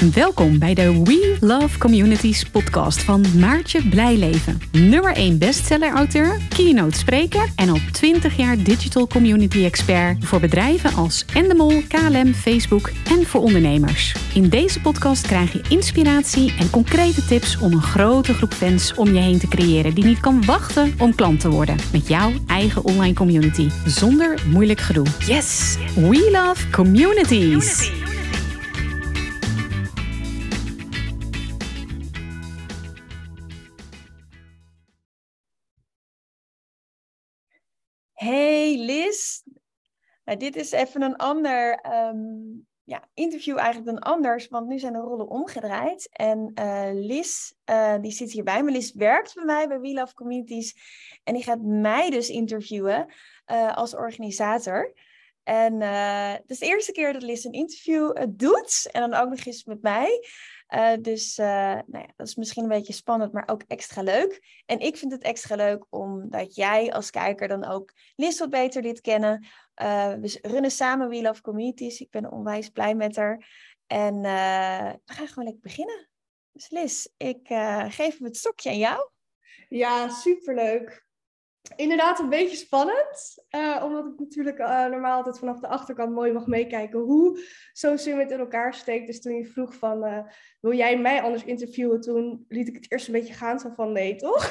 Welkom bij de We Love Communities podcast van Maartje Blijleven. Nummer 1 bestseller-auteur, keynote spreker en al 20 jaar digital community expert voor bedrijven als Endemol, KLM, Facebook en voor ondernemers. In deze podcast krijg je inspiratie en concrete tips om een grote groep fans om je heen te creëren die niet kan wachten om klant te worden met jouw eigen online community. Zonder moeilijk gedoe. Yes! We Love Communities! Hey Liz, dit is even een ander interview eigenlijk dan anders, want nu zijn de rollen omgedraaid. En Liz, die zit hier bij me. Liz werkt bij mij bij We Love Communities en die gaat mij dus interviewen als organisator. En het is de eerste keer dat Liz een interview doet en dan ook nog eens met mij. Dus dat is misschien een beetje spannend, maar ook extra leuk. En ik vind het extra leuk omdat jij als kijker dan ook Liz wat beter leert kennen. We runnen samen We Love Communities. Ik ben onwijs blij met haar. En we gaan gewoon lekker beginnen. Dus Liz, ik geef hem het stokje aan jou. Ja, superleuk. Inderdaad een beetje spannend, omdat ik natuurlijk normaal altijd vanaf de achterkant mooi mag meekijken hoe zo'n summit in elkaar steekt. Dus toen je vroeg van, wil jij mij anders interviewen? Toen liet ik het eerst een beetje gaan, zo van nee toch?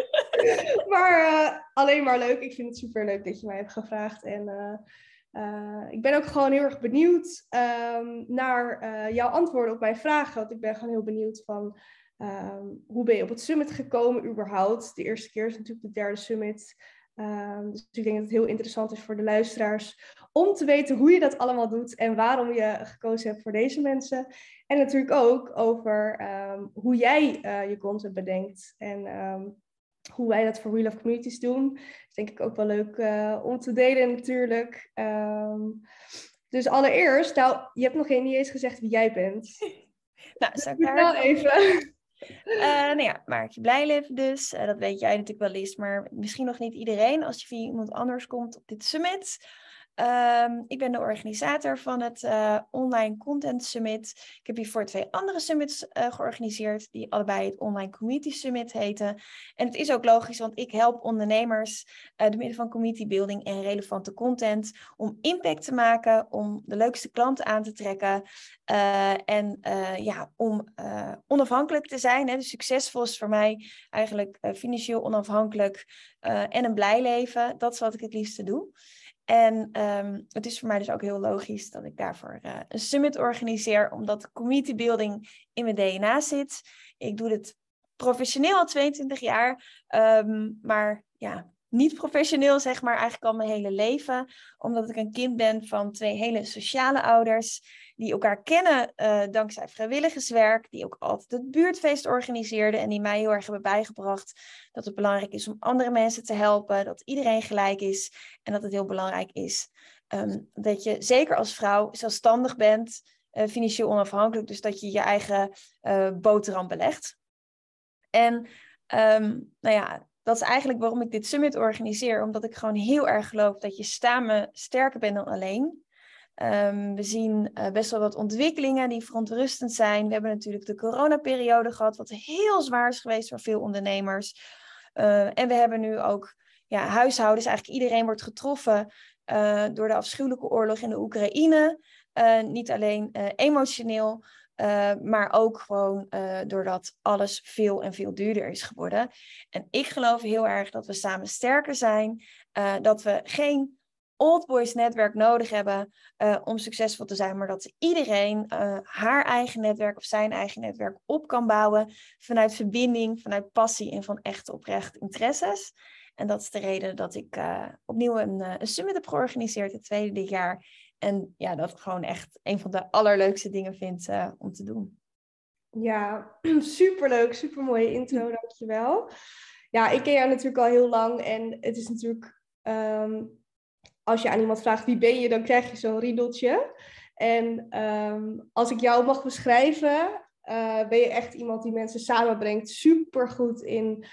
Maar alleen maar leuk. Ik vind het super leuk dat je mij hebt gevraagd. En ik ben ook gewoon heel erg benieuwd naar jouw antwoorden op mijn vragen. Want ik ben gewoon heel benieuwd van... hoe ben je op het summit gekomen überhaupt? De eerste keer is natuurlijk de 3e summit. Dus ik denk dat het heel interessant is voor de luisteraars om te weten hoe je dat allemaal doet en waarom je gekozen hebt voor deze mensen. En natuurlijk ook over hoe jij je content bedenkt en hoe wij dat voor We Love Communities doen. Dat is denk ik ook wel leuk om te delen natuurlijk. Dus allereerst, je hebt nog niet eens gezegd wie jij bent. Nou, zou ik daar wel even... Maartje Blijleven dus. Dat weet jij natuurlijk wel eens, maar misschien nog niet iedereen als je via iemand anders komt op dit summit. Ik ben de organisator van het Online Content Summit. Ik heb hiervoor 2 andere summits georganiseerd, die allebei het Online Community Summit heten. En het is ook logisch, want ik help ondernemers door middel van community building en relevante content om impact te maken, om de leukste klanten aan te trekken om onafhankelijk te zijn. Hè. Dus succesvol is voor mij eigenlijk financieel onafhankelijk en een blij leven. Dat is wat ik het liefste doe. En het is voor mij dus ook heel logisch dat ik daarvoor een summit organiseer, omdat community building in mijn DNA zit. Ik doe dit professioneel al 22 jaar, maar ja, niet professioneel zeg maar eigenlijk al mijn hele leven, omdat ik een kind ben van 2 hele sociale ouders die elkaar kennen dankzij vrijwilligerswerk, die ook altijd het buurtfeest organiseerden en die mij heel erg hebben bijgebracht dat het belangrijk is om andere mensen te helpen, dat iedereen gelijk is en dat het heel belangrijk is dat je zeker als vrouw zelfstandig bent, financieel onafhankelijk, dus dat je je eigen boterham belegt. En dat is eigenlijk waarom ik dit summit organiseer, omdat ik gewoon heel erg geloof dat je samen sterker bent dan alleen. We zien best wel wat ontwikkelingen die verontrustend zijn. We hebben natuurlijk de coronaperiode gehad, wat heel zwaar is geweest voor veel ondernemers. En we hebben nu ook huishoudens, eigenlijk iedereen wordt getroffen door de afschuwelijke oorlog in de Oekraïne. Niet alleen emotioneel, maar ook gewoon doordat alles veel en veel duurder is geworden. En ik geloof heel erg dat we samen sterker zijn, dat we geen old boys netwerk nodig hebben om succesvol te zijn, maar dat iedereen haar eigen netwerk of zijn eigen netwerk op kan bouwen vanuit verbinding, vanuit passie en van echt oprecht interesses. En dat is de reden dat ik opnieuw een summit heb georganiseerd, het 2e dit jaar. En ja, dat ik gewoon echt een van de allerleukste dingen vind om te doen. Ja, superleuk, supermooie intro, dankjewel. Ja, ik ken jou natuurlijk al heel lang en het is natuurlijk... als je aan iemand vraagt wie ben je, dan krijg je zo'n riedeltje. En als ik jou mag beschrijven, ben je echt iemand die mensen samenbrengt. Supergoed in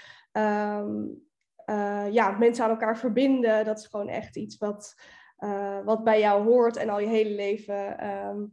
mensen aan elkaar verbinden. Dat is gewoon echt iets wat bij jou hoort en al je hele leven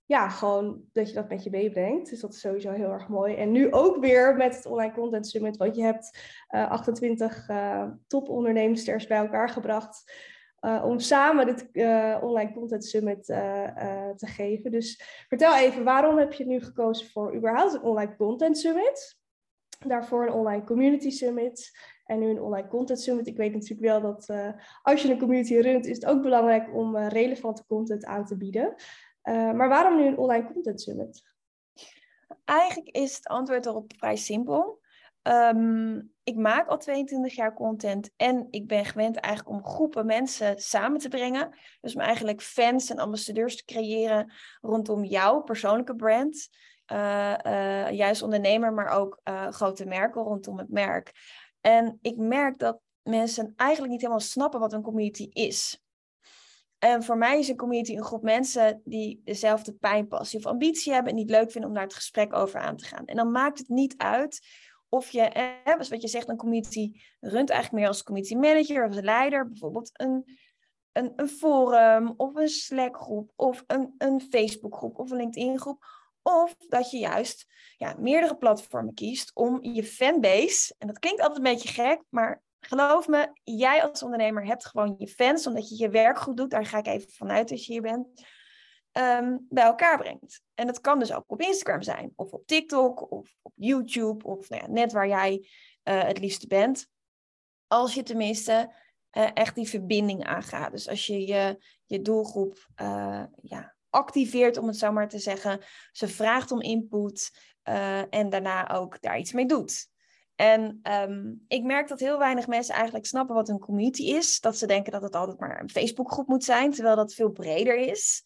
ja, gewoon dat je dat met je meebrengt. Dus dat is sowieso heel erg mooi. En nu ook weer met het Online Content Summit, want je hebt 28 topondernemers bij elkaar gebracht om samen dit Online Content Summit te geven. Dus vertel even, waarom heb je nu gekozen voor überhaupt een Online Content Summit? Daarvoor een Online Community Summit en nu een Online Content Summit. Ik weet natuurlijk wel dat als je een community runt, is het ook belangrijk om relevante content aan te bieden. Maar waarom nu een Online Content Summit? Eigenlijk is het antwoord erop vrij simpel. Ik maak al 22 jaar content en ik ben gewend eigenlijk om groepen mensen samen te brengen. Dus om eigenlijk fans en ambassadeurs te creëren rondom jouw persoonlijke brand. Juist ondernemer, maar ook grote merken rondom het merk. En ik merk dat mensen eigenlijk niet helemaal snappen wat een community is. En voor mij is een community een groep mensen die dezelfde pijn, passie of ambitie hebben en niet leuk vinden om daar het gesprek over aan te gaan. En dan maakt het niet uit of je, dus wat je zegt, een community runt eigenlijk meer als community manager of als leider. Bijvoorbeeld een forum of een Slack groep of een Facebook groep of een LinkedIn groep. Of dat je juist meerdere platformen kiest om je fanbase, en dat klinkt altijd een beetje gek, maar geloof me, jij als ondernemer hebt gewoon je fans, omdat je je werk goed doet, daar ga ik even vanuit als je hier bent, bij elkaar brengt. En dat kan dus ook op Instagram zijn, of op TikTok, of op YouTube, of net waar jij het liefste bent. Als je tenminste echt die verbinding aangaat. Dus als je je doelgroep activeert, om het zo maar te zeggen, ze vraagt om input en daarna ook daar iets mee doet. En ik merk dat heel weinig mensen eigenlijk snappen wat een community is. Dat ze denken dat het altijd maar een Facebookgroep moet zijn, terwijl dat veel breder is.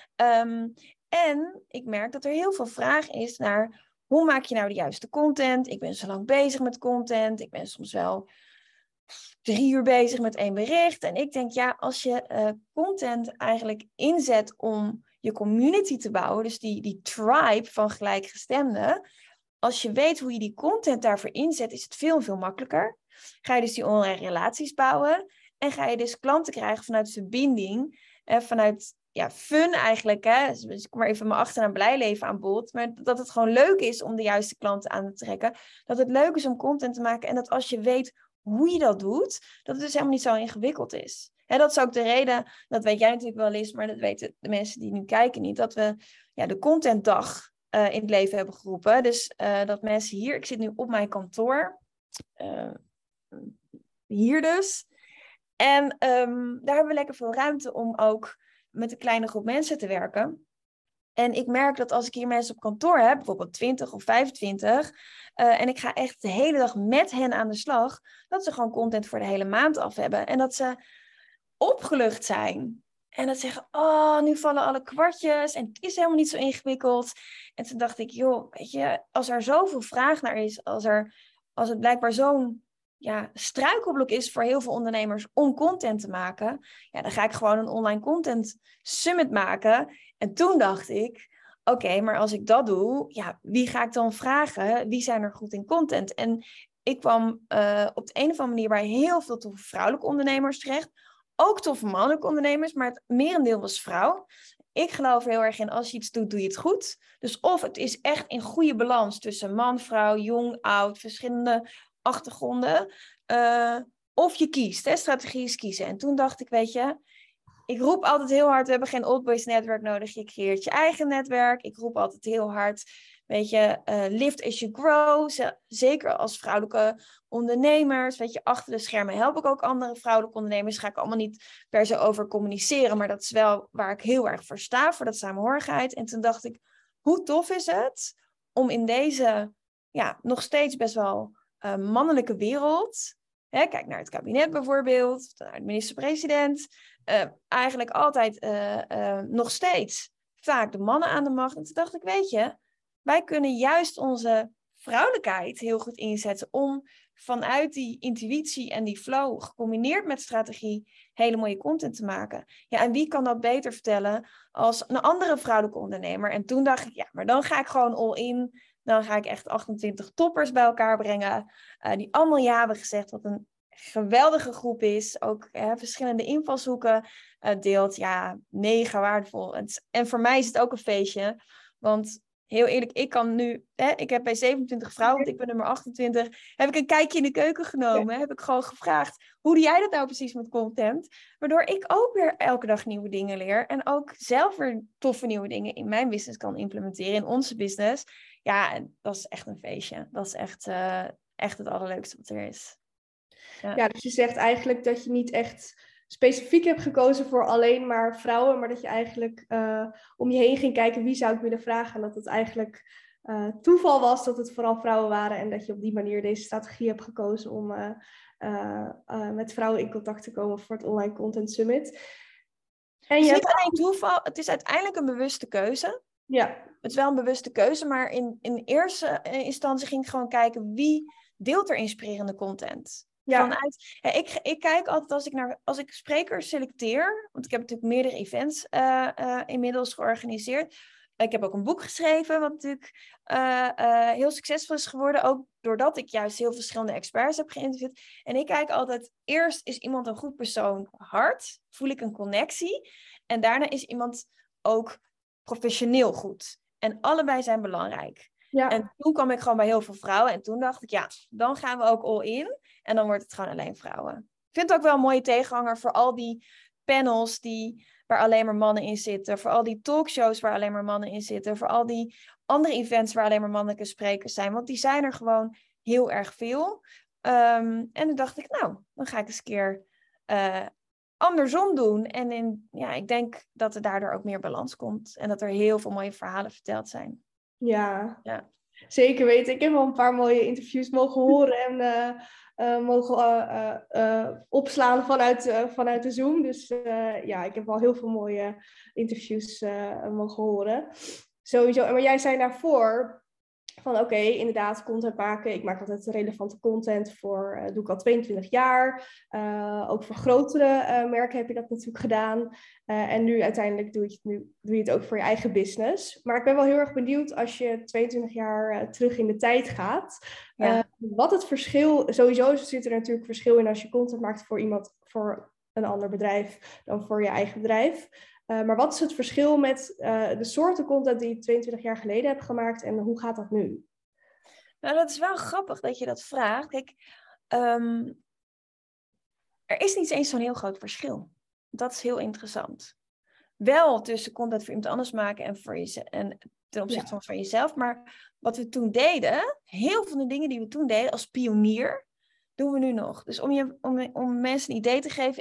En ik merk dat er heel veel vraag is naar hoe maak je nou de juiste content? Ik ben zo lang bezig met content. Ik ben soms wel 3 uur bezig met 1 bericht. En ik denk, als je content eigenlijk inzet om je community te bouwen, dus die tribe van gelijkgestemden, als je weet hoe je die content daarvoor inzet, is het veel, veel makkelijker. Ga je dus die online relaties bouwen en ga je dus klanten krijgen vanuit verbinding, vanuit fun eigenlijk. Dus ik kom maar even mijn achternaam Blijleven aan bod, maar dat het gewoon leuk is om de juiste klanten aan te trekken. Dat het leuk is om content te maken en dat als je weet hoe je dat doet, dat het dus helemaal niet zo ingewikkeld is. Dat is ook de reden, dat weet jij natuurlijk wel eens, maar dat weten de mensen die nu kijken niet, dat we de contentdag in het leven hebben geroepen. Dus dat mensen hier, ik zit nu op mijn kantoor, hier dus, en daar hebben we lekker veel ruimte om ook met een kleine groep mensen te werken. En ik merk dat als ik hier mensen op kantoor heb, bijvoorbeeld 20 of 25, en ik ga echt de hele dag met hen aan de slag, dat ze gewoon content voor de hele maand af hebben. En dat ze opgelucht zijn. En dat zeggen, nu vallen alle kwartjes en het is helemaal niet zo ingewikkeld. En toen dacht ik, weet je, als er zoveel vraag naar is, als het blijkbaar zo'n struikelblok is voor heel veel ondernemers om content te maken, dan ga ik gewoon een online content summit maken. En toen dacht ik, oké, maar als ik dat doe, wie ga ik dan vragen? Wie zijn er goed in content? En ik kwam op de een of andere manier bij heel veel toffe vrouwelijke ondernemers terecht. Ook toffe mannelijke ondernemers, maar het merendeel was vrouw. Ik geloof er heel erg in, als je iets doet, doe je het goed. Dus of het is echt in goede balans tussen man, vrouw, jong, oud, verschillende achtergronden. Of je kiest, strategie is kiezen. En toen dacht ik, weet je, ik roep altijd heel hard, we hebben geen old boys netwerk nodig. Je creëert je eigen netwerk. Ik roep altijd heel hard, weet je, lift as you grow. Zeker als vrouwelijke ondernemers. Weet je, achter de schermen help ik ook andere vrouwelijke ondernemers. Ga ik allemaal niet per se over communiceren. Maar dat is wel waar ik heel erg voor sta, voor dat samenhorigheid. En toen dacht ik, hoe tof is het om in deze, nog steeds best wel mannelijke wereld. Kijk naar het kabinet bijvoorbeeld, naar de minister-president. Eigenlijk altijd nog steeds vaak de mannen aan de macht. En toen dacht ik, weet je, wij kunnen juist onze vrouwelijkheid heel goed inzetten om vanuit die intuïtie en die flow, gecombineerd met strategie, hele mooie content te maken. En wie kan dat beter vertellen als een andere vrouwelijke ondernemer? En toen dacht ik, maar dan ga ik gewoon all in. Dan ga ik echt 28 toppers bij elkaar brengen, die allemaal hebben gezegd wat een geweldige groep is. Ook verschillende invalshoeken deelt. Ja, mega waardevol. En voor mij is het ook een feestje. Want heel eerlijk, ik kan nu... ik heb bij 27 vrouwen, want ik ben nummer 28... heb ik een kijkje in de keuken genomen. Ja. Heb ik gewoon gevraagd, hoe doe jij dat nou precies met content? Waardoor ik ook weer elke dag nieuwe dingen leer. En ook zelf weer toffe nieuwe dingen in mijn business kan implementeren. In onze business. Ja, en dat is echt een feestje. Dat is echt het allerleukste wat er is. Ja, dus je zegt eigenlijk dat je niet echt specifiek hebt gekozen voor alleen maar vrouwen, maar dat je eigenlijk om je heen ging kijken wie zou ik willen vragen. En dat het eigenlijk toeval was dat het vooral vrouwen waren en dat je op die manier deze strategie hebt gekozen om met vrouwen in contact te komen voor het Online Content Summit. En het is niet alleen toeval, het is uiteindelijk een bewuste keuze. Ja. Het is wel een bewuste keuze, maar in eerste instantie ging ik gewoon kijken wie deelt er inspirerende content. Ja. Ik kijk altijd als ik sprekers selecteer, want ik heb natuurlijk meerdere events inmiddels georganiseerd. Ik heb ook een boek geschreven, wat natuurlijk heel succesvol is geworden. Ook doordat ik juist heel verschillende experts heb geïnterviewd. En ik kijk altijd, eerst is iemand een goed persoon hard, voel ik een connectie. En daarna is iemand ook professioneel goed. En allebei zijn belangrijk. Ja. En toen kwam ik gewoon bij heel veel vrouwen. En toen dacht ik, ja, dan gaan we ook all in. En dan wordt het gewoon alleen vrouwen. Ik vind het ook wel een mooie tegenhanger voor al die panels waar alleen maar mannen in zitten. Voor al die talkshows waar alleen maar mannen in zitten. Voor al die andere events waar alleen maar mannelijke sprekers zijn. Want die zijn er gewoon heel erg veel. En toen dacht ik, nou, dan ga ik eens een keer andersom doen. En ik denk dat er daardoor ook meer balans komt. En dat er heel veel mooie verhalen verteld zijn. Ja. Zeker weten. Ik heb al een paar mooie interviews mogen horen en mogen opslaan vanuit de Zoom. Dus ik heb al heel veel mooie interviews mogen horen. Sowieso. Maar jij zei daarvoor van oké, inderdaad, content maken. Ik maak altijd relevante content doe ik al 22 jaar. Ook voor grotere merken heb je dat natuurlijk gedaan. En nu uiteindelijk doe je het ook voor je eigen business. Maar ik ben wel heel erg benieuwd als je 22 jaar terug in de tijd gaat. Wat het verschil, sowieso zit er natuurlijk verschil in als je content maakt voor een ander bedrijf dan voor je eigen bedrijf. Maar wat is het verschil met de soorten content die je 22 jaar geleden hebt gemaakt en hoe gaat dat nu? Nou, dat is wel grappig dat je dat vraagt. Kijk, er is niet eens zo'n heel groot verschil. Dat is heel interessant. Wel tussen content voor iemand anders maken en ten opzichte van jezelf. Maar wat we toen deden, heel veel van de dingen die we toen deden als pionier, doen we nu nog. Dus om mensen een idee te geven,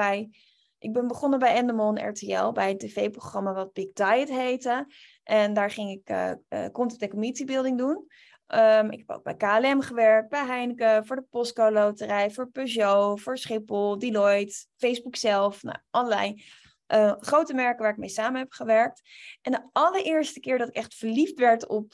ik ben begonnen bij Endemol RTL, bij een tv-programma wat Big Diet heette. En daar ging ik content en community building doen. Ik heb ook bij KLM gewerkt, bij Heineken, voor de Postco Loterij, voor Peugeot, voor Schiphol, Deloitte, Facebook zelf. Nou, allerlei grote merken waar ik mee samen heb gewerkt. En de allereerste keer dat ik echt verliefd werd op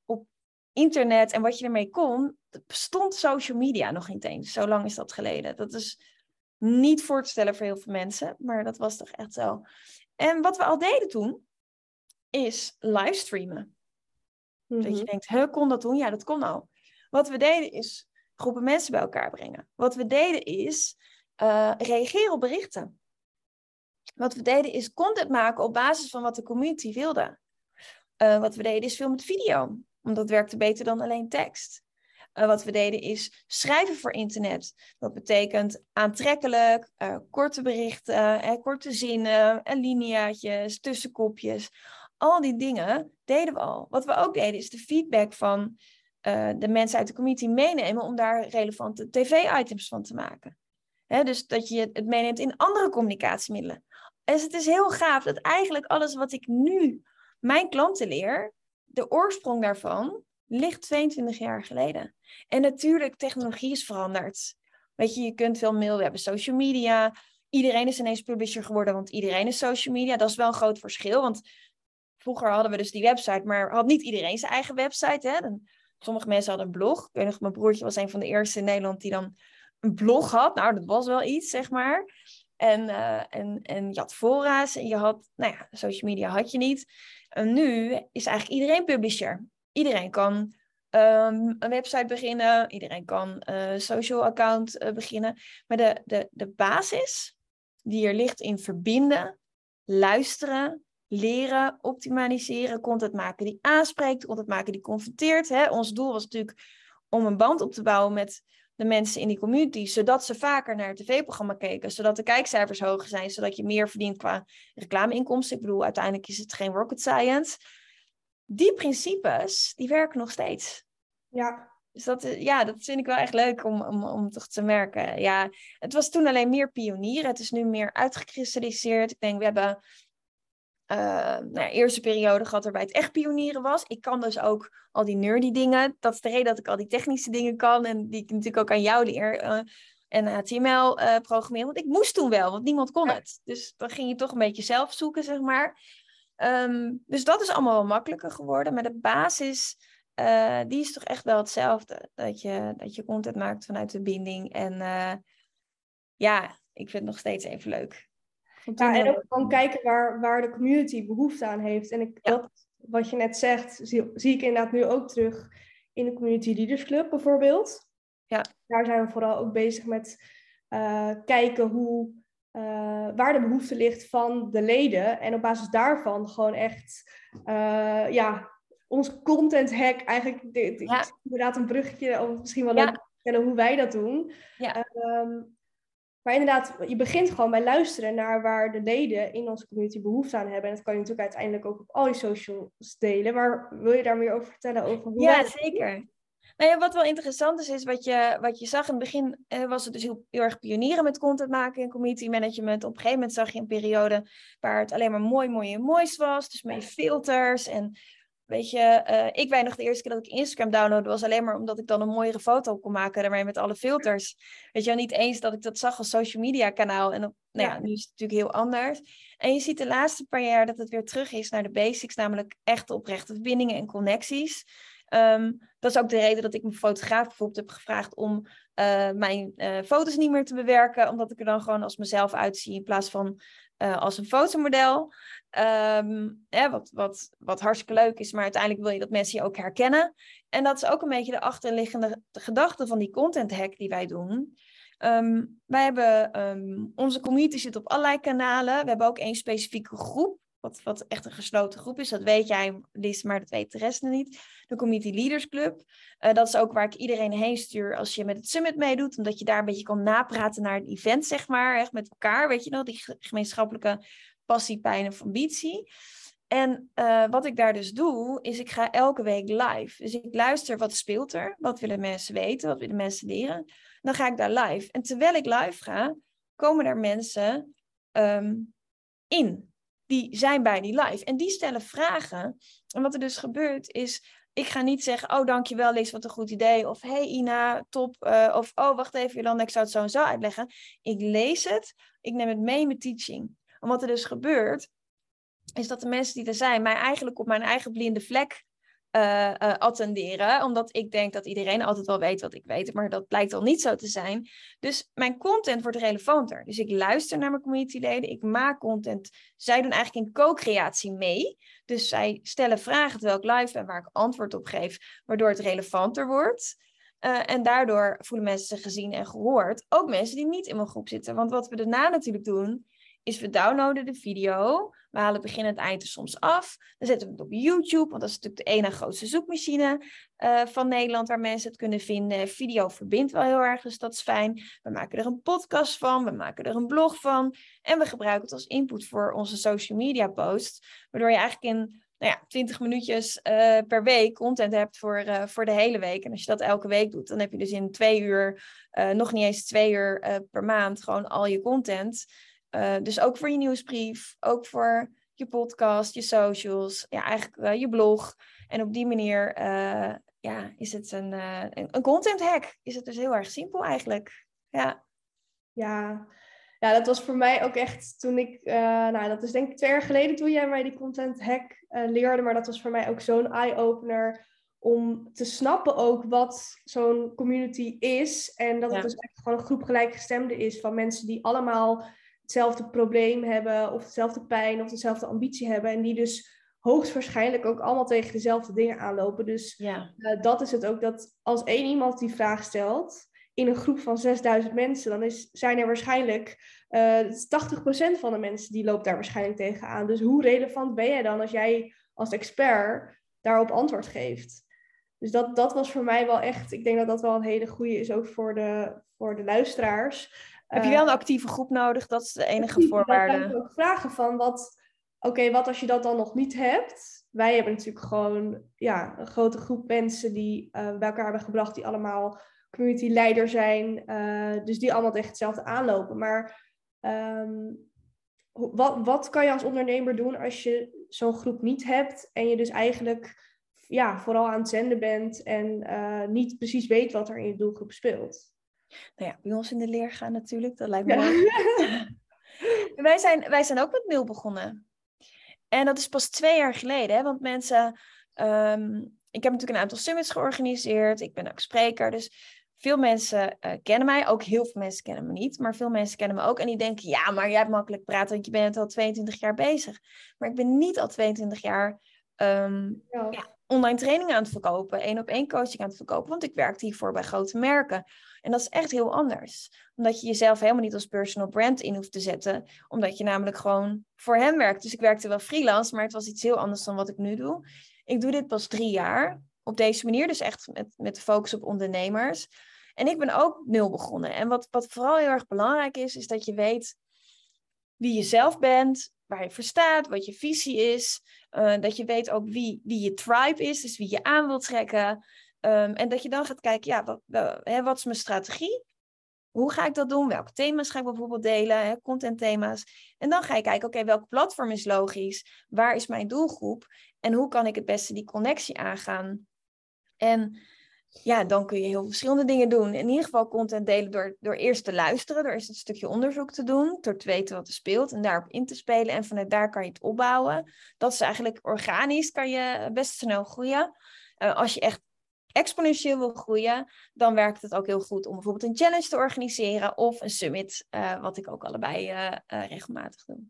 internet en wat je ermee kon, bestond social media nog niet eens. Zo lang is dat geleden. Dat is niet voor te stellen voor heel veel mensen, maar dat was toch echt zo. En wat we al deden toen, is livestreamen. Mm-hmm. Dat je denkt, kon dat doen? Ja, dat kon al. Wat we deden is groepen mensen bij elkaar brengen. Wat we deden is reageren op berichten. Wat we deden is content maken op basis van wat de community wilde. Wat we deden is veel met video, omdat het werkte beter dan alleen tekst. Wat we deden is schrijven voor internet. Dat betekent aantrekkelijk, korte berichten, korte zinnen, lineaatjes, tussenkopjes. Al die dingen deden we al. Wat we ook deden is de feedback van de mensen uit de community meenemen om daar relevante tv-items van te maken. Dus dat je het meeneemt in andere communicatiemiddelen. Dus het is heel gaaf dat eigenlijk alles wat ik nu mijn klanten leer, de oorsprong daarvan ligt 22 jaar geleden. En natuurlijk, technologie is veranderd. Weet je kunt veel mail, we hebben social media. Iedereen is ineens publisher geworden, want iedereen is social media. Dat is wel een groot verschil, want vroeger hadden we dus die website, maar had niet iedereen zijn eigen website. Hè? Sommige mensen hadden een blog. Ik weet nog, mijn broertje was een van de eerste in Nederland die dan een blog had. Nou, dat was wel iets, zeg maar. En je had fora's en je had, social media had je niet. En nu is eigenlijk iedereen publisher. Iedereen kan een website beginnen. Iedereen kan een social account beginnen. Maar de basis die er ligt in verbinden, luisteren, leren, optimaliseren, content maken die aanspreekt, content maken die confronteert. Hè? Ons doel was natuurlijk om een band op te bouwen met de mensen in die community, zodat ze vaker naar het tv-programma keken, zodat de kijkcijfers hoger zijn, zodat je meer verdient qua reclameinkomsten. Ik bedoel, uiteindelijk is het geen rocket science. Die principes, die werken nog steeds. Ja. Dus dat vind ik wel echt leuk om toch te merken. Ja, het was toen alleen meer pionieren. Het is nu meer uitgekristalliseerd. Ik denk, we hebben eerste periode gehad waarbij het echt pionieren was. Ik kan dus ook al die nerdy dingen. Dat is de reden dat ik al die technische dingen kan. En die ik natuurlijk ook aan jou leer. En HTML programmeren. Want ik moest toen wel, want niemand kon het. Dus dan ging je toch een beetje zelf zoeken, zeg maar. Dus dat is allemaal wel makkelijker geworden. Maar de basis, die is toch echt wel hetzelfde. Dat je content maakt vanuit de binding. En ik vind het nog steeds even leuk. Ja, en ook gewoon kijken waar de community behoefte aan heeft. En dat, wat je net zegt, zie ik inderdaad nu ook terug in de Community Leaders Club bijvoorbeeld. Ja. Daar zijn we vooral ook bezig met kijken waar de behoefte ligt van de leden. En op basis daarvan gewoon echt onze content hack eigenlijk. Inderdaad een bruggetje, of misschien wel leuk te vertellen hoe wij dat doen. Ja. Maar inderdaad, je begint gewoon bij luisteren naar waar de leden in onze community behoefte aan hebben. En dat kan je natuurlijk uiteindelijk ook op al je socials delen. Maar wil je daar meer over vertellen? Over hoe ja, zeker. Nou ja, wat wel interessant is wat je zag in het begin, was het dus heel erg pionieren met content maken en community management. Op een gegeven moment zag je een periode waar het alleen maar mooi en moois was. Dus met filters en weet je, ik weet nog de eerste keer dat ik Instagram downloadde was alleen maar omdat ik dan een mooiere foto kon maken daarmee met alle filters. Weet je, niet eens dat ik dat zag als social media kanaal. En nu is het natuurlijk heel anders. En je ziet de laatste paar jaar dat het weer terug is naar de basics, namelijk echte oprechte verbindingen en connecties. Dat is ook de reden dat ik mijn fotograaf bijvoorbeeld heb gevraagd om mijn foto's niet meer te bewerken, omdat ik er dan gewoon als mezelf uitzie in plaats van als een fotomodel. Wat hartstikke leuk is, maar uiteindelijk wil je dat mensen je ook herkennen. En dat is ook een beetje de achterliggende gedachte van die content hack die wij doen. Wij hebben onze community zit op allerlei kanalen. We hebben ook één specifieke groep. Wat echt een gesloten groep is. Dat weet jij, Lies, maar dat weet de rest nog niet. De Community Leaders Club. Dat is ook waar ik iedereen heen stuur als je met het summit meedoet. Omdat je daar een beetje kan napraten naar het event, zeg maar. Echt met elkaar, weet je nog. Die gemeenschappelijke passie, pijn of ambitie. En wat ik daar dus doe, is ik ga elke week live. Dus ik luister wat speelt er. Wat willen mensen weten? Wat willen mensen leren? Dan ga ik daar live. En terwijl ik live ga, komen er mensen in. Die zijn bij die live. En die stellen vragen. En wat er dus gebeurt is, ik ga niet zeggen, oh dankjewel Lies, wat een goed idee. Of hey Ina, top. Of oh wacht even Jolanda, ik zou het zo en zo uitleggen. Ik lees het, ik neem het mee in mijn teaching. En wat er dus gebeurt, is dat de mensen die er zijn, mij eigenlijk op mijn eigen blinde vlek attenderen. Omdat ik denk dat iedereen altijd wel weet wat ik weet. Maar dat blijkt al niet zo te zijn. Dus mijn content wordt relevanter. Dus ik luister naar mijn communityleden. Ik maak content. Zij doen eigenlijk in co-creatie mee. Dus zij stellen vragen terwijl ik live ben waar ik antwoord op geef. Waardoor het relevanter wordt. En daardoor voelen mensen zich gezien en gehoord. Ook mensen die niet in mijn groep zitten. Want wat we daarna natuurlijk doen, is we downloaden de video. We halen het begin en het eind er soms af. Dan zetten we het op YouTube, want dat is natuurlijk de ene grootste zoekmachine van Nederland waar mensen het kunnen vinden. Video verbindt wel heel erg, dus dat is fijn. We maken er een podcast van, we maken er een blog van. En we gebruiken het als input voor onze social media posts. Waardoor je eigenlijk in 20 minuutjes per week content hebt voor de hele week. En als je dat elke week doet, dan heb je dus in 2 uur, nog niet eens 2 uur per maand, gewoon al je content. Dus ook voor je nieuwsbrief, ook voor je podcast, je socials, eigenlijk je blog. En op die manier is het een content hack. Is het dus heel erg simpel eigenlijk. Ja, dat was voor mij ook echt toen ik, dat is denk ik 2 jaar geleden toen jij mij die content hack leerde. Maar dat was voor mij ook zo'n eye-opener om te snappen ook wat zo'n community is. En dat het dus echt gewoon een groep gelijkgestemden is van mensen die allemaal hetzelfde probleem hebben of dezelfde pijn of dezelfde ambitie hebben. En die dus hoogstwaarschijnlijk ook allemaal tegen dezelfde dingen aanlopen. Dus dat is het ook, dat als één iemand die vraag stelt in een groep van 6000 mensen, dan zijn er waarschijnlijk 80% van de mensen die loopt daar waarschijnlijk tegenaan. Dus hoe relevant ben jij dan als jij als expert daarop antwoord geeft? Dus dat was voor mij wel echt, ik denk dat dat wel een hele goede is, ook voor de luisteraars. Heb je wel een actieve groep nodig? Dat is de enige voorwaarde. Dan kan ik ook vragen van, wat als je dat dan nog niet hebt? Wij hebben natuurlijk gewoon een grote groep mensen die bij elkaar hebben gebracht, die allemaal community leider zijn, dus die allemaal tegen hetzelfde aanlopen. Maar wat kan je als ondernemer doen als je zo'n groep niet hebt en je dus eigenlijk vooral aan het zenden bent en niet precies weet wat er in je doelgroep speelt? Nou ja, bij ons in de leer gaan natuurlijk, dat lijkt me mooi. Wij zijn ook met 0 begonnen. En dat is pas 2 jaar geleden, hè? Want mensen... ik heb natuurlijk een aantal summits georganiseerd. Ik ben ook spreker, dus veel mensen kennen mij. Ook heel veel mensen kennen me niet, maar veel mensen kennen me ook. En die denken, ja, maar jij hebt makkelijk praten, want je bent al 22 jaar bezig. Maar ik ben niet al 22 jaar online trainingen aan het verkopen. 1-op-1 coaching aan het verkopen, want ik werkte hiervoor bij grote merken. En dat is echt heel anders. Omdat je jezelf helemaal niet als personal brand in hoeft te zetten. Omdat je namelijk gewoon voor hen werkt. Dus ik werkte wel freelance, maar het was iets heel anders dan wat ik nu doe. Ik doe dit pas 3 jaar. Op deze manier, dus echt met de focus op ondernemers. En ik ben ook 0 begonnen. En wat vooral heel erg belangrijk is dat je weet wie je zelf bent, waar je voor staat, wat je visie is. Dat je weet ook wie je tribe is, dus wie je aan wilt trekken. En dat je dan gaat kijken, wat is mijn strategie? Hoe ga ik dat doen? Welke thema's ga ik bijvoorbeeld delen? Contentthema's. En dan ga je kijken, oké, welk platform is logisch? Waar is mijn doelgroep? En hoe kan ik het beste die connectie aangaan? En dan kun je heel verschillende dingen doen. In ieder geval content delen door eerst te luisteren. Door eerst een stukje onderzoek te doen. Door te weten wat er speelt en daarop in te spelen. En vanuit daar kan je het opbouwen. Dat is eigenlijk organisch, kan je best snel groeien. Als je echt exponentieel wil groeien, dan werkt het ook heel goed om bijvoorbeeld een challenge te organiseren of een summit, wat ik ook allebei regelmatig doe.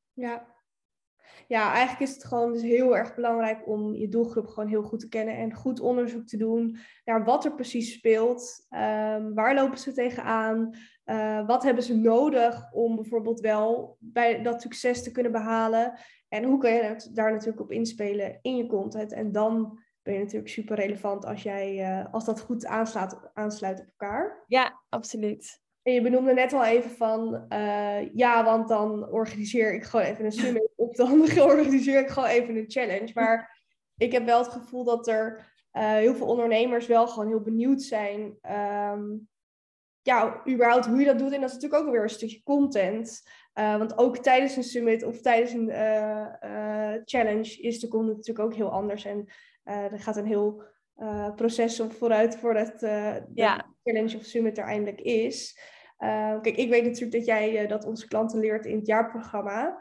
Ja, eigenlijk is het gewoon dus heel erg belangrijk om je doelgroep gewoon heel goed te kennen en goed onderzoek te doen naar wat er precies speelt. Waar lopen ze tegenaan? Wat hebben ze nodig om bijvoorbeeld wel bij dat succes te kunnen behalen? En hoe kun je daar natuurlijk op inspelen in je content? En dan ben je natuurlijk super relevant als dat goed aansluit op elkaar. Ja, absoluut. En je benoemde net al even van, want dan organiseer ik gewoon even een summit of dan organiseer ik gewoon even een challenge. Maar ik heb wel het gevoel dat er heel veel ondernemers wel gewoon heel benieuwd zijn, überhaupt hoe je dat doet. En dat is natuurlijk ook weer een stukje content. Want ook tijdens een summit of tijdens een challenge is de content natuurlijk ook heel anders. En er gaat een heel proces op vooruit voordat de challenge of summit er eindelijk is. Kijk, ik weet natuurlijk dat jij dat onze klanten leert in het jaarprogramma.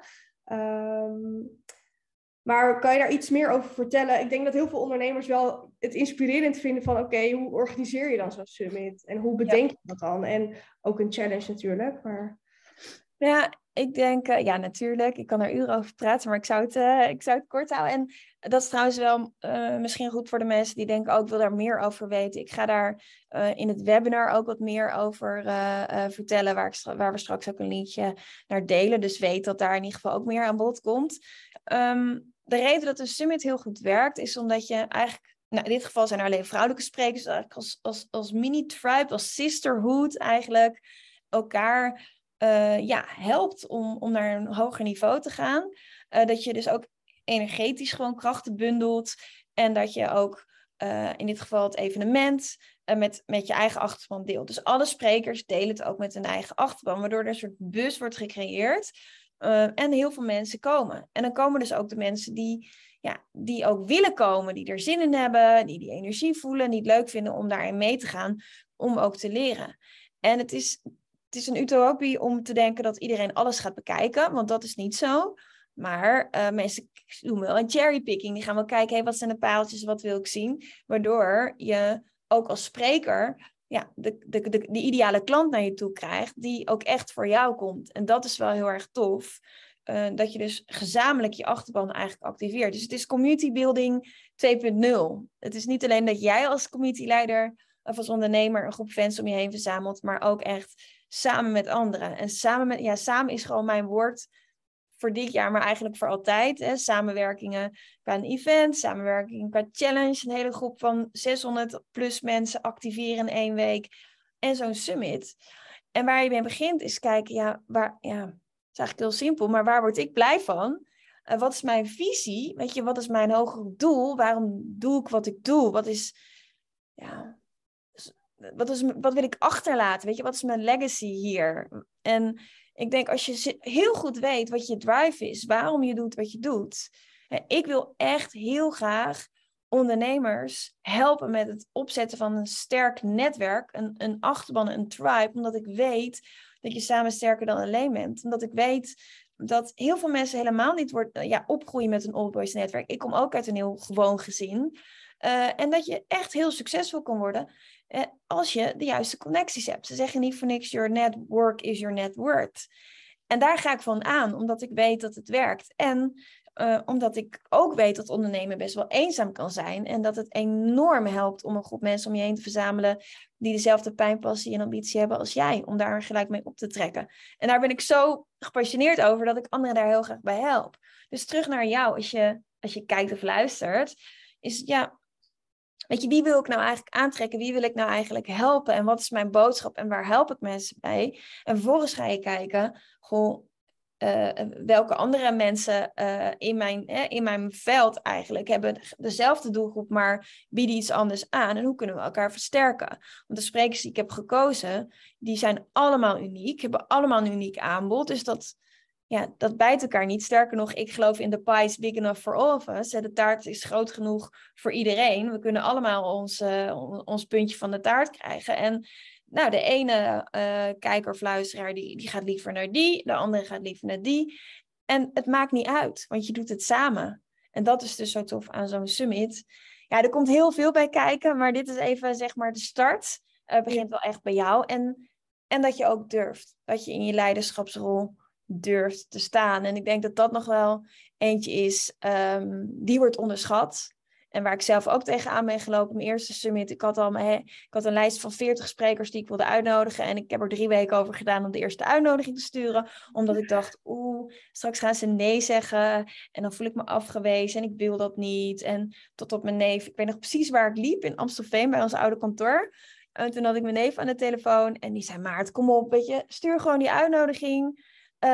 Maar kan je daar iets meer over vertellen? Ik denk dat heel veel ondernemers wel het inspirerend vinden van oké, hoe organiseer je dan zo'n summit? En hoe bedenk je dat dan? En ook een challenge natuurlijk. Maar... Ja, ik denk, natuurlijk, ik kan er uren over praten, maar ik zou het kort houden. En dat is trouwens wel misschien goed voor de mensen die denken, ik wil daar meer over weten. Ik ga daar in het webinar ook wat meer over vertellen, waar we straks ook een linkje naar delen. Dus weet dat daar in ieder geval ook meer aan bod komt. De reden dat een summit heel goed werkt, is omdat je eigenlijk, in dit geval zijn er alleen vrouwelijke sprekers, eigenlijk als mini-tribe, als sisterhood eigenlijk, elkaar helpt om naar een hoger niveau te gaan. Dat je dus ook energetisch gewoon krachten bundelt. En dat je ook in dit geval het evenement met je eigen achterban deelt. Dus alle sprekers delen het ook met hun eigen achterban. Waardoor er een soort bus wordt gecreëerd. En heel veel mensen komen. En dan komen dus ook de mensen die ook willen komen. Die er zin in hebben. Die energie voelen. Die het leuk vinden om daarin mee te gaan. Om ook te leren. En het is een utopie om te denken dat iedereen alles gaat bekijken. Want dat is niet zo. Maar mensen doen wel een cherrypicking. Die gaan wel kijken, wat zijn de paaltjes, wat wil ik zien? Waardoor je ook als spreker de ideale klant naar je toe krijgt. Die ook echt voor jou komt. En dat is wel heel erg tof. dat je dus gezamenlijk je achterban eigenlijk activeert. Dus het is community building 2.0. Het is niet alleen dat jij als communityleider of als ondernemer een groep fans om je heen verzamelt, maar ook echt samen met anderen. En samen is gewoon mijn woord voor dit jaar, maar eigenlijk voor altijd. Hè. Samenwerkingen qua een event, samenwerking qua challenge. Een hele groep van 600 plus mensen activeren in 1 week. En zo'n summit. En waar je mee begint is kijken, het is eigenlijk heel simpel, maar waar word ik blij van? Wat is mijn visie? Weet je, wat is mijn hogere doel? Waarom doe ik wat ik doe? Wat wil ik achterlaten? Weet je, wat is mijn legacy hier? En ik denk, als je heel goed weet wat je drive is, waarom je doet wat je doet. Ik wil echt heel graag ondernemers helpen met het opzetten van een sterk netwerk, een achterban, een tribe, omdat ik weet dat je samen sterker dan alleen bent. Omdat ik weet dat heel veel mensen helemaal niet opgroeien met een old boys netwerk. Ik kom ook uit een heel gewoon gezin. En dat je echt heel succesvol kan worden als je de juiste connecties hebt. Ze zeggen niet voor niks, your network is your net worth. En daar ga ik van aan, omdat ik weet dat het werkt. En omdat ik ook weet dat ondernemen best wel eenzaam kan zijn. En dat het enorm helpt om een groep mensen om je heen te verzamelen die dezelfde pijn, passie en ambitie hebben als jij. Om daar gelijk mee op te trekken. En daar ben ik zo gepassioneerd over dat ik anderen daar heel graag bij help. Dus terug naar jou, als je kijkt of luistert, is weet je, wie wil ik nou eigenlijk aantrekken? Wie wil ik nou eigenlijk helpen? En wat is mijn boodschap? En waar help ik mensen bij? En vervolgens ga je kijken, welke andere mensen in mijn veld eigenlijk hebben dezelfde doelgroep, maar bieden iets anders aan. En hoe kunnen we elkaar versterken? Want de sprekers die ik heb gekozen, die zijn allemaal uniek, hebben allemaal een uniek aanbod. Dus dat bijt elkaar niet. Sterker nog, ik geloof in the pie is big enough for all of us. De taart is groot genoeg voor iedereen. We kunnen allemaal ons puntje van de taart krijgen. En de ene kijker of luisteraar die gaat liever naar die. De andere gaat liever naar die. En het maakt niet uit, want je doet het samen. En dat is dus zo tof aan zo'n summit. Ja, er komt heel veel bij kijken, maar dit is even zeg maar de start. Het begint wel echt bij jou. En dat je ook durft. Dat je in je leiderschapsrol durft te staan. En ik denk dat dat nog wel eentje is die wordt onderschat. En waar ik zelf ook tegenaan ben gelopen. Mijn eerste summit. Ik had een lijst van 40 sprekers die ik wilde uitnodigen. En ik heb er 3 weken over gedaan om de eerste uitnodiging te sturen. Omdat ik dacht, straks gaan ze nee zeggen. En dan voel ik me afgewezen. En ik wil dat niet. En tot op mijn neef. Ik weet nog precies waar ik liep. In Amstelveen bij ons oude kantoor. En toen had ik mijn neef aan de telefoon. En die zei, Maart, kom op. Weet je, stuur gewoon die uitnodiging.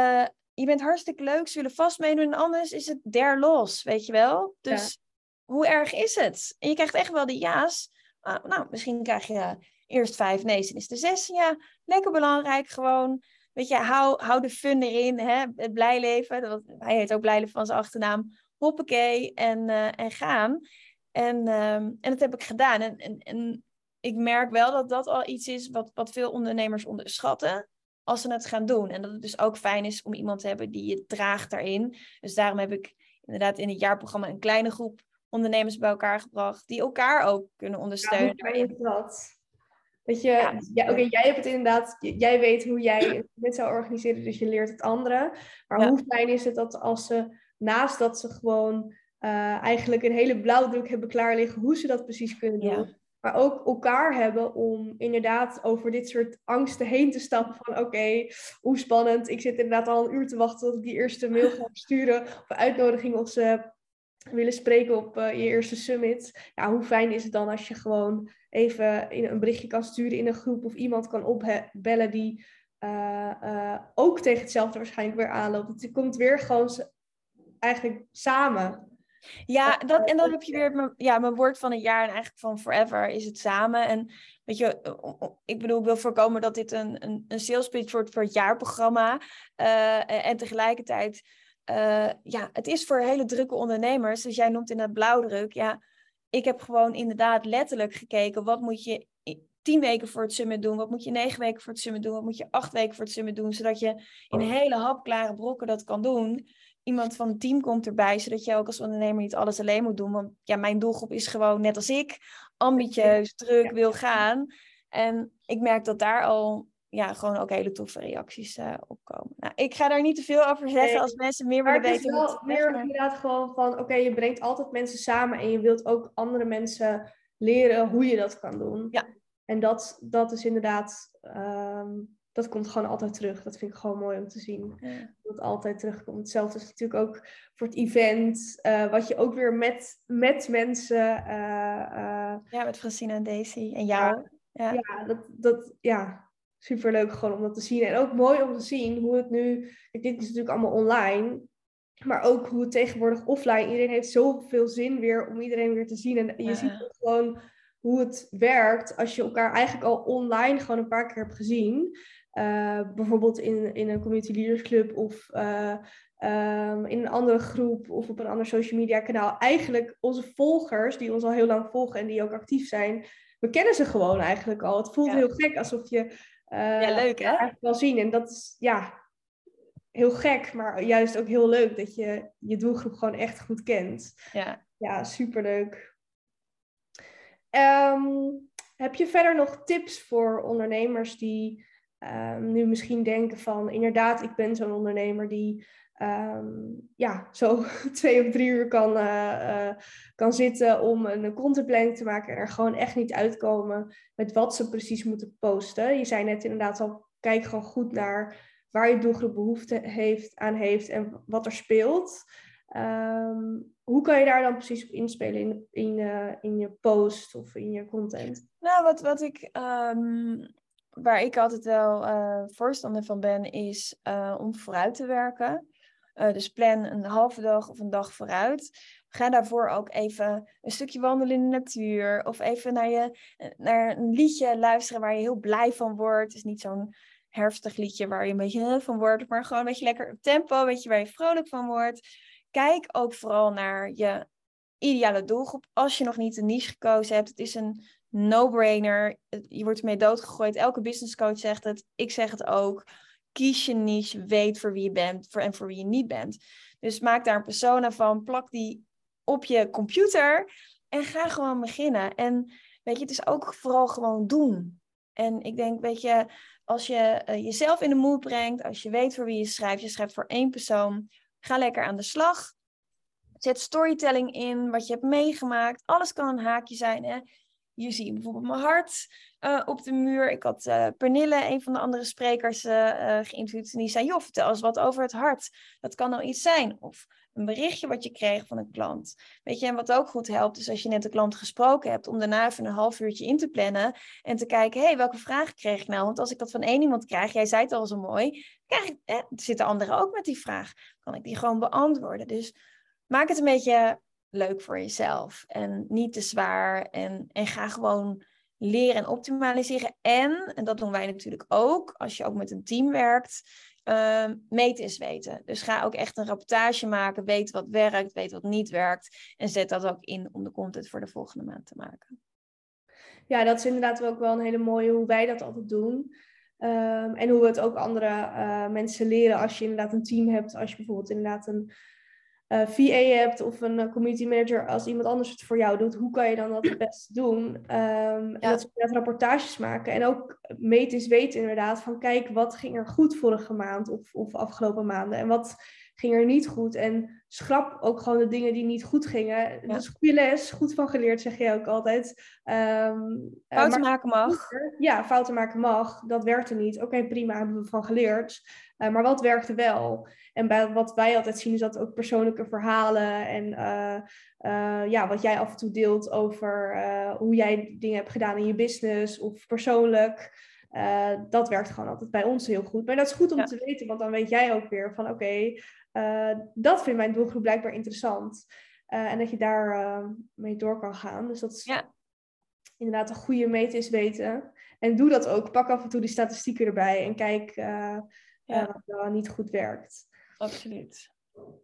Je bent hartstikke leuk. Ze willen vast meedoen. En anders is het der los. Weet je wel? Dus... Hoe erg is het? En je krijgt echt wel de ja's. Misschien krijg je eerst 5 nee's en is de 6. Ja, lekker belangrijk gewoon. Weet je, hou de fun erin. Hè? Het blijleven. Hij heet ook blijleven van zijn achternaam. Hoppakee. En gaan. En dat heb ik gedaan. En ik merk wel dat dat al iets is wat veel ondernemers onderschatten. Als ze het gaan doen. En dat het dus ook fijn is om iemand te hebben die je draagt daarin. Dus daarom heb ik inderdaad in het jaarprogramma een kleine groep ondernemers bij elkaar gebracht, die elkaar ook kunnen ondersteunen. Ja, hoe fijn is dat? Dat je, jij hebt het inderdaad, jij weet hoe jij het zou organiseren, dus je leert het anderen. Maar hoe fijn is het dat als ze, naast dat ze gewoon eigenlijk een hele blauwdruk hebben klaar liggen, hoe ze dat precies kunnen doen, maar ook elkaar hebben om inderdaad over dit soort angsten heen te stappen van oké, hoe spannend, ik zit inderdaad al 1 uur te wachten tot ik die eerste mail ga sturen of uitnodiging of ze willen spreken op je eerste summit. Ja, hoe fijn is het dan als je gewoon even een berichtje kan sturen in een groep of iemand kan opbellen die ook tegen hetzelfde waarschijnlijk weer aanloopt. Het komt weer gewoon eigenlijk samen. Ja, en dan heb je weer mijn woord van het jaar en eigenlijk van forever is het samen. En weet je, ik bedoel, ik wil voorkomen dat dit een sales pitch wordt voor het jaarprogramma. En tegelijkertijd, het is voor hele drukke ondernemers. Dus jij noemt inderdaad blauwdruk. Ja, ik heb gewoon inderdaad letterlijk gekeken, wat moet je 10 weken voor het summit doen? Wat moet je 9 weken voor het summit doen? Wat moet je 8 weken voor het summit doen? Zodat je in hele hapklare brokken dat kan doen. Iemand van het team komt erbij, zodat je ook als ondernemer niet alles alleen moet doen. Want mijn doelgroep is gewoon net als ik, ambitieus, druk, wil gaan. En ik merk dat daar al gewoon ook hele toffe reacties opkomen. Nou, ik ga daar niet te veel over zeggen. Als mensen meer willen weten. Maar het is wel meer inderdaad gewoon van, oké, je brengt altijd mensen samen en je wilt ook andere mensen leren hoe je dat kan doen. Ja. En dat is inderdaad, dat komt gewoon altijd terug. Dat vind ik gewoon mooi om te zien. Ja. Dat het altijd terugkomt. Hetzelfde is natuurlijk ook voor het event, wat je ook weer met mensen... met Francine en Daisy en jou. Ja, superleuk gewoon om dat te zien. En ook mooi om te zien hoe het nu... Dit is natuurlijk allemaal online... Maar ook hoe het tegenwoordig offline... Iedereen heeft zoveel zin weer om iedereen weer te zien. En je ziet ook gewoon hoe het werkt... als je elkaar eigenlijk al online gewoon een paar keer hebt gezien. Bijvoorbeeld in een community leaders club... of in een andere groep... of op een ander social media kanaal. Eigenlijk onze volgers... die ons al heel lang volgen en die ook actief zijn... we kennen ze gewoon eigenlijk al. Het voelt heel gek alsof je... leuk hè? Eigenlijk wel zien. En dat is heel gek, maar juist ook heel leuk dat je je doelgroep gewoon echt goed kent. Ja, superleuk. Heb je verder nog tips voor ondernemers die nu misschien denken van... inderdaad, ik ben zo'n ondernemer die zo 2 of 3 uur kan zitten om een contentplanning te maken... en er gewoon echt niet uitkomen met wat ze precies moeten posten. Je zei net inderdaad al, kijk gewoon goed naar... waar je doelgroep behoefte aan heeft en wat er speelt. Hoe kan je daar dan precies op inspelen in je post of in je content? Nou, waar ik altijd wel voorstander van ben, is om vooruit te werken. Dus plan een halve dag of een dag vooruit. Ga daarvoor ook even een stukje wandelen in de natuur. Of even naar een liedje luisteren waar je heel blij van wordt. Het is niet zo'n herfstig liedje waar je een beetje van wordt, maar gewoon een beetje lekker op tempo, een beetje waar je vrolijk van wordt. Kijk ook vooral naar je ideale doelgroep. Als je nog niet een niche gekozen hebt, het is een no-brainer. Je wordt ermee doodgegooid. Elke business coach zegt het. Ik zeg het ook. Kies je niche, weet voor wie je bent en voor wie je niet bent. Dus maak daar een persona van, plak die op je computer en ga gewoon beginnen. En weet je, het is ook vooral gewoon doen. En ik denk, weet je, als je jezelf in de mood brengt, als je weet voor wie je schrijft voor 1 persoon, ga lekker aan de slag. Zet storytelling in, wat je hebt meegemaakt. Alles kan een haakje zijn. Hè? Hier zie je bijvoorbeeld mijn hart op de muur. Ik had Pernille, een van de andere sprekers, geïnterviewd. En die zei, joh, vertel eens wat over het hart. Dat kan nou iets zijn. Of een berichtje wat je kreeg van een klant. Weet je, en wat ook goed helpt, is als je net de klant gesproken hebt, om daarna even een half uurtje in te plannen. En te kijken, hey, welke vragen kreeg ik nou? Want als ik dat van 1 iemand krijg, jij zei het al zo mooi, zitten anderen ook met die vraag. Kan ik die gewoon beantwoorden? Dus maak het een beetje leuk voor jezelf. En niet te zwaar. En ga gewoon leren en optimaliseren. En dat doen wij natuurlijk ook, als je ook met een team werkt, meten is weten. Dus ga ook echt een rapportage maken. Weet wat werkt, weet wat niet werkt. En zet dat ook in om de content voor de volgende maand te maken. Ja, dat is inderdaad ook wel een hele mooie hoe wij dat altijd doen. En hoe we het ook andere mensen leren als je inderdaad een team hebt. Als je bijvoorbeeld inderdaad een VA hebt of een community manager, als iemand anders het voor jou doet, hoe kan je dan dat het beste doen? En dat is inderdaad rapportages maken. En ook meten is weten inderdaad, van kijk, wat ging er goed vorige maand of afgelopen maanden? En wat ging er niet goed? En schrap ook gewoon de dingen die niet goed gingen. Ja. Dat is goede les, goed van geleerd, zeg je ook altijd. Fouten maken mag. Ja, fouten maken mag. Dat werkte niet. Oké, prima, hebben we van geleerd. Maar wat werkte wel? En wat wij altijd zien is dat ook persoonlijke verhalen en wat jij af en toe deelt over hoe jij dingen hebt gedaan in je business of persoonlijk. Dat werkt gewoon altijd bij ons heel goed. Maar dat is goed om te weten, want dan weet jij ook weer van oké, dat vindt mijn doelgroep blijkbaar interessant. En dat je daar mee door kan gaan. Dus dat is inderdaad een goede meten is weten. En doe dat ook. Pak af en toe die statistieken erbij en kijk wat niet goed werkt. Absoluut.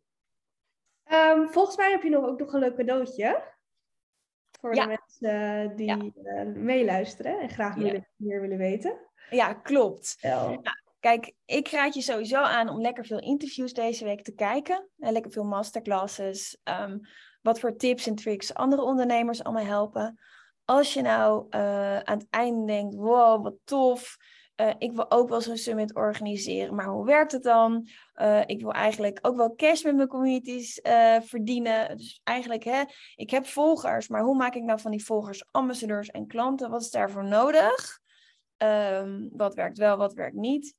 Volgens mij heb je ook nog een leuk cadeautje. Voor de mensen die meeluisteren en graag meer willen weten. Ja, klopt. Nou, kijk, ik raad je sowieso aan om lekker veel interviews deze week te kijken. Lekker veel masterclasses. Wat voor tips en tricks andere ondernemers allemaal helpen. Als je nou aan het einde denkt, wow, wat tof. Ik wil ook wel zo'n summit organiseren, maar hoe werkt het dan? Ik wil eigenlijk ook wel cash met mijn communities verdienen. Dus eigenlijk, ik heb volgers, maar hoe maak ik nou van die volgers ambassadeurs en klanten? Wat is daarvoor nodig? Wat werkt wel, wat werkt niet?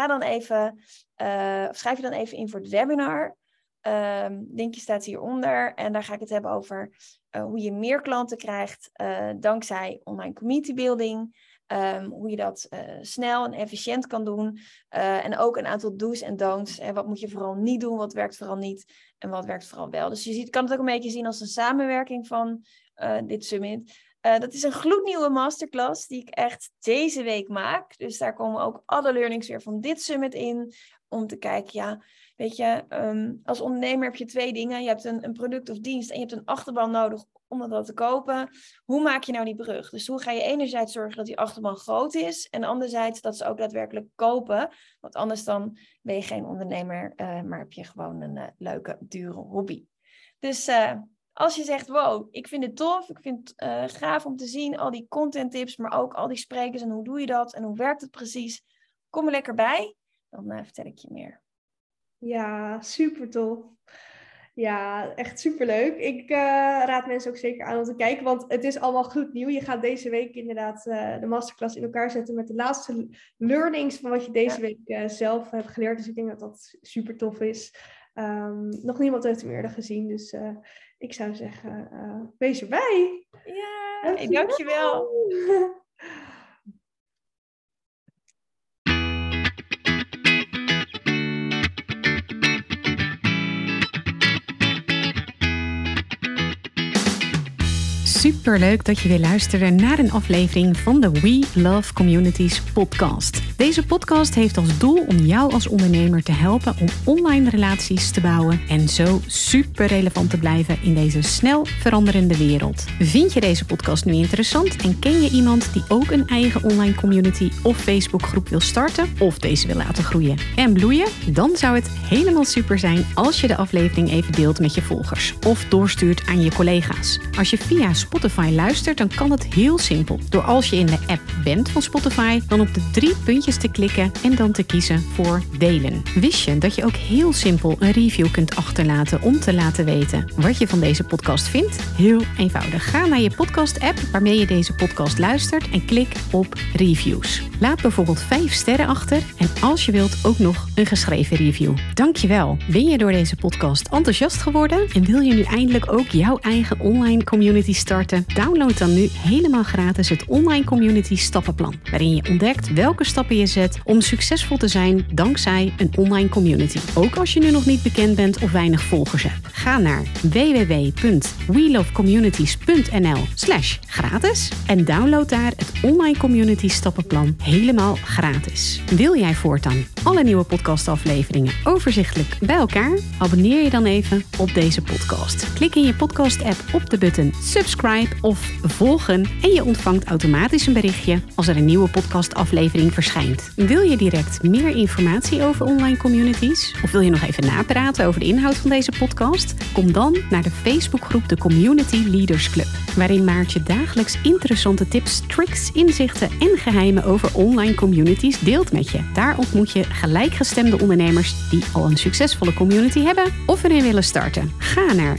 Schrijf je dan even in voor het webinar. Linkje staat hieronder en daar ga ik het hebben over hoe je meer klanten krijgt dankzij online community building. Hoe je dat snel en efficiënt kan doen. En ook een aantal do's en don'ts. En wat moet je vooral niet doen, wat werkt vooral niet en wat werkt vooral wel. Dus je kan het ook een beetje zien als een samenwerking van dit summit. Dat is een gloednieuwe masterclass die ik echt deze week maak. Dus daar komen ook alle learnings weer van dit summit in. Om te kijken, weet je, als ondernemer heb je 2 dingen. Je hebt een product of dienst en je hebt een achterban nodig om dat te kopen. Hoe maak je nou die brug? Dus hoe ga je enerzijds zorgen dat die achterban groot is en anderzijds dat ze ook daadwerkelijk kopen. Want anders dan ben je geen ondernemer, maar heb je gewoon een leuke, dure hobby. Dus als je zegt, wow, ik vind het tof, ik vind het gaaf om te zien, al die content tips, maar ook al die sprekers en hoe doe je dat en hoe werkt het precies, kom er lekker bij, dan vertel ik je meer. Ja, super tof. Ja, echt superleuk. Ik raad mensen ook zeker aan om te kijken, want het is allemaal gloednieuw. Je gaat deze week inderdaad de masterclass in elkaar zetten met de laatste learnings van wat je deze week zelf hebt geleerd. Dus ik denk dat dat super tof is. Nog niemand heeft hem eerder gezien, dus ik zou zeggen, wees erbij. Ja, dankjewel. Superleuk dat je weer luisterde naar een aflevering van de We Love Communities podcast. Deze podcast heeft als doel om jou als ondernemer te helpen om online relaties te bouwen en zo super relevant te blijven in deze snel veranderende wereld. Vind je deze podcast nu interessant en ken je iemand die ook een eigen online community of Facebookgroep wil starten of deze wil laten groeien en bloeien? Dan zou het helemaal super zijn als je de aflevering even deelt met je volgers of doorstuurt aan je collega's. Als je via Spotify luistert, dan kan het heel simpel. Door als je in de app bent van Spotify, dan op de 3 puntjes te klikken en dan te kiezen voor delen. Wist je dat je ook heel simpel een review kunt achterlaten om te laten weten wat je van deze podcast vindt? Heel eenvoudig. Ga naar je podcast-app waarmee je deze podcast luistert en klik op reviews. Laat bijvoorbeeld 5 sterren achter en als je wilt ook nog een geschreven review. Dankjewel. Ben je door deze podcast enthousiast geworden en wil je nu eindelijk ook jouw eigen online community starten? Download dan nu helemaal gratis het Online Community Stappenplan, waarin je ontdekt welke stappen je zet om succesvol te zijn dankzij een online community. Ook als je nu nog niet bekend bent of weinig volgers hebt. Ga naar www.welovecommunities.nl/gratis en download daar het Online Community Stappenplan helemaal gratis. Wil jij voortaan alle nieuwe podcastafleveringen overzichtelijk bij elkaar? Abonneer je dan even op deze podcast. Klik in je podcast-app op de button subscribe of volgen en je ontvangt automatisch een berichtje als er een nieuwe podcastaflevering verschijnt. Wil je direct meer informatie over online communities? Of wil je nog even napraten over de inhoud van deze podcast? Kom dan naar de Facebookgroep de Community Leaders Club, waarin Maartje dagelijks interessante tips, tricks, inzichten en geheimen over online communities deelt met je. Daar ontmoet je gelijkgestemde ondernemers die al een succesvolle community hebben of erin willen starten. Ga naar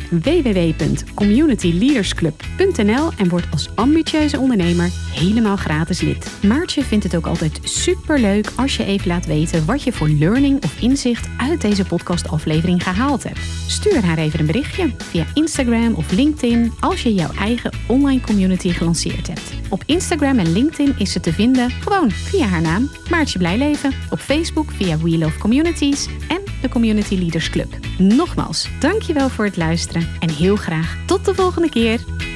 www.communityleadersclub.nl en word als ambitieuze ondernemer helemaal gratis lid. Maartje vindt het ook altijd superleuk als je even laat weten wat je voor learning of inzicht uit deze podcastaflevering gehaald hebt. Stuur haar even een berichtje via Instagram of LinkedIn als je jouw eigen online community gelanceerd hebt. Op Instagram en LinkedIn is ze te vinden gewoon via haar naam Maartje Blijleven, op Facebook via We Love Communities en de Community Leaders Club. Nogmaals, dankjewel voor het luisteren en heel graag tot de volgende keer.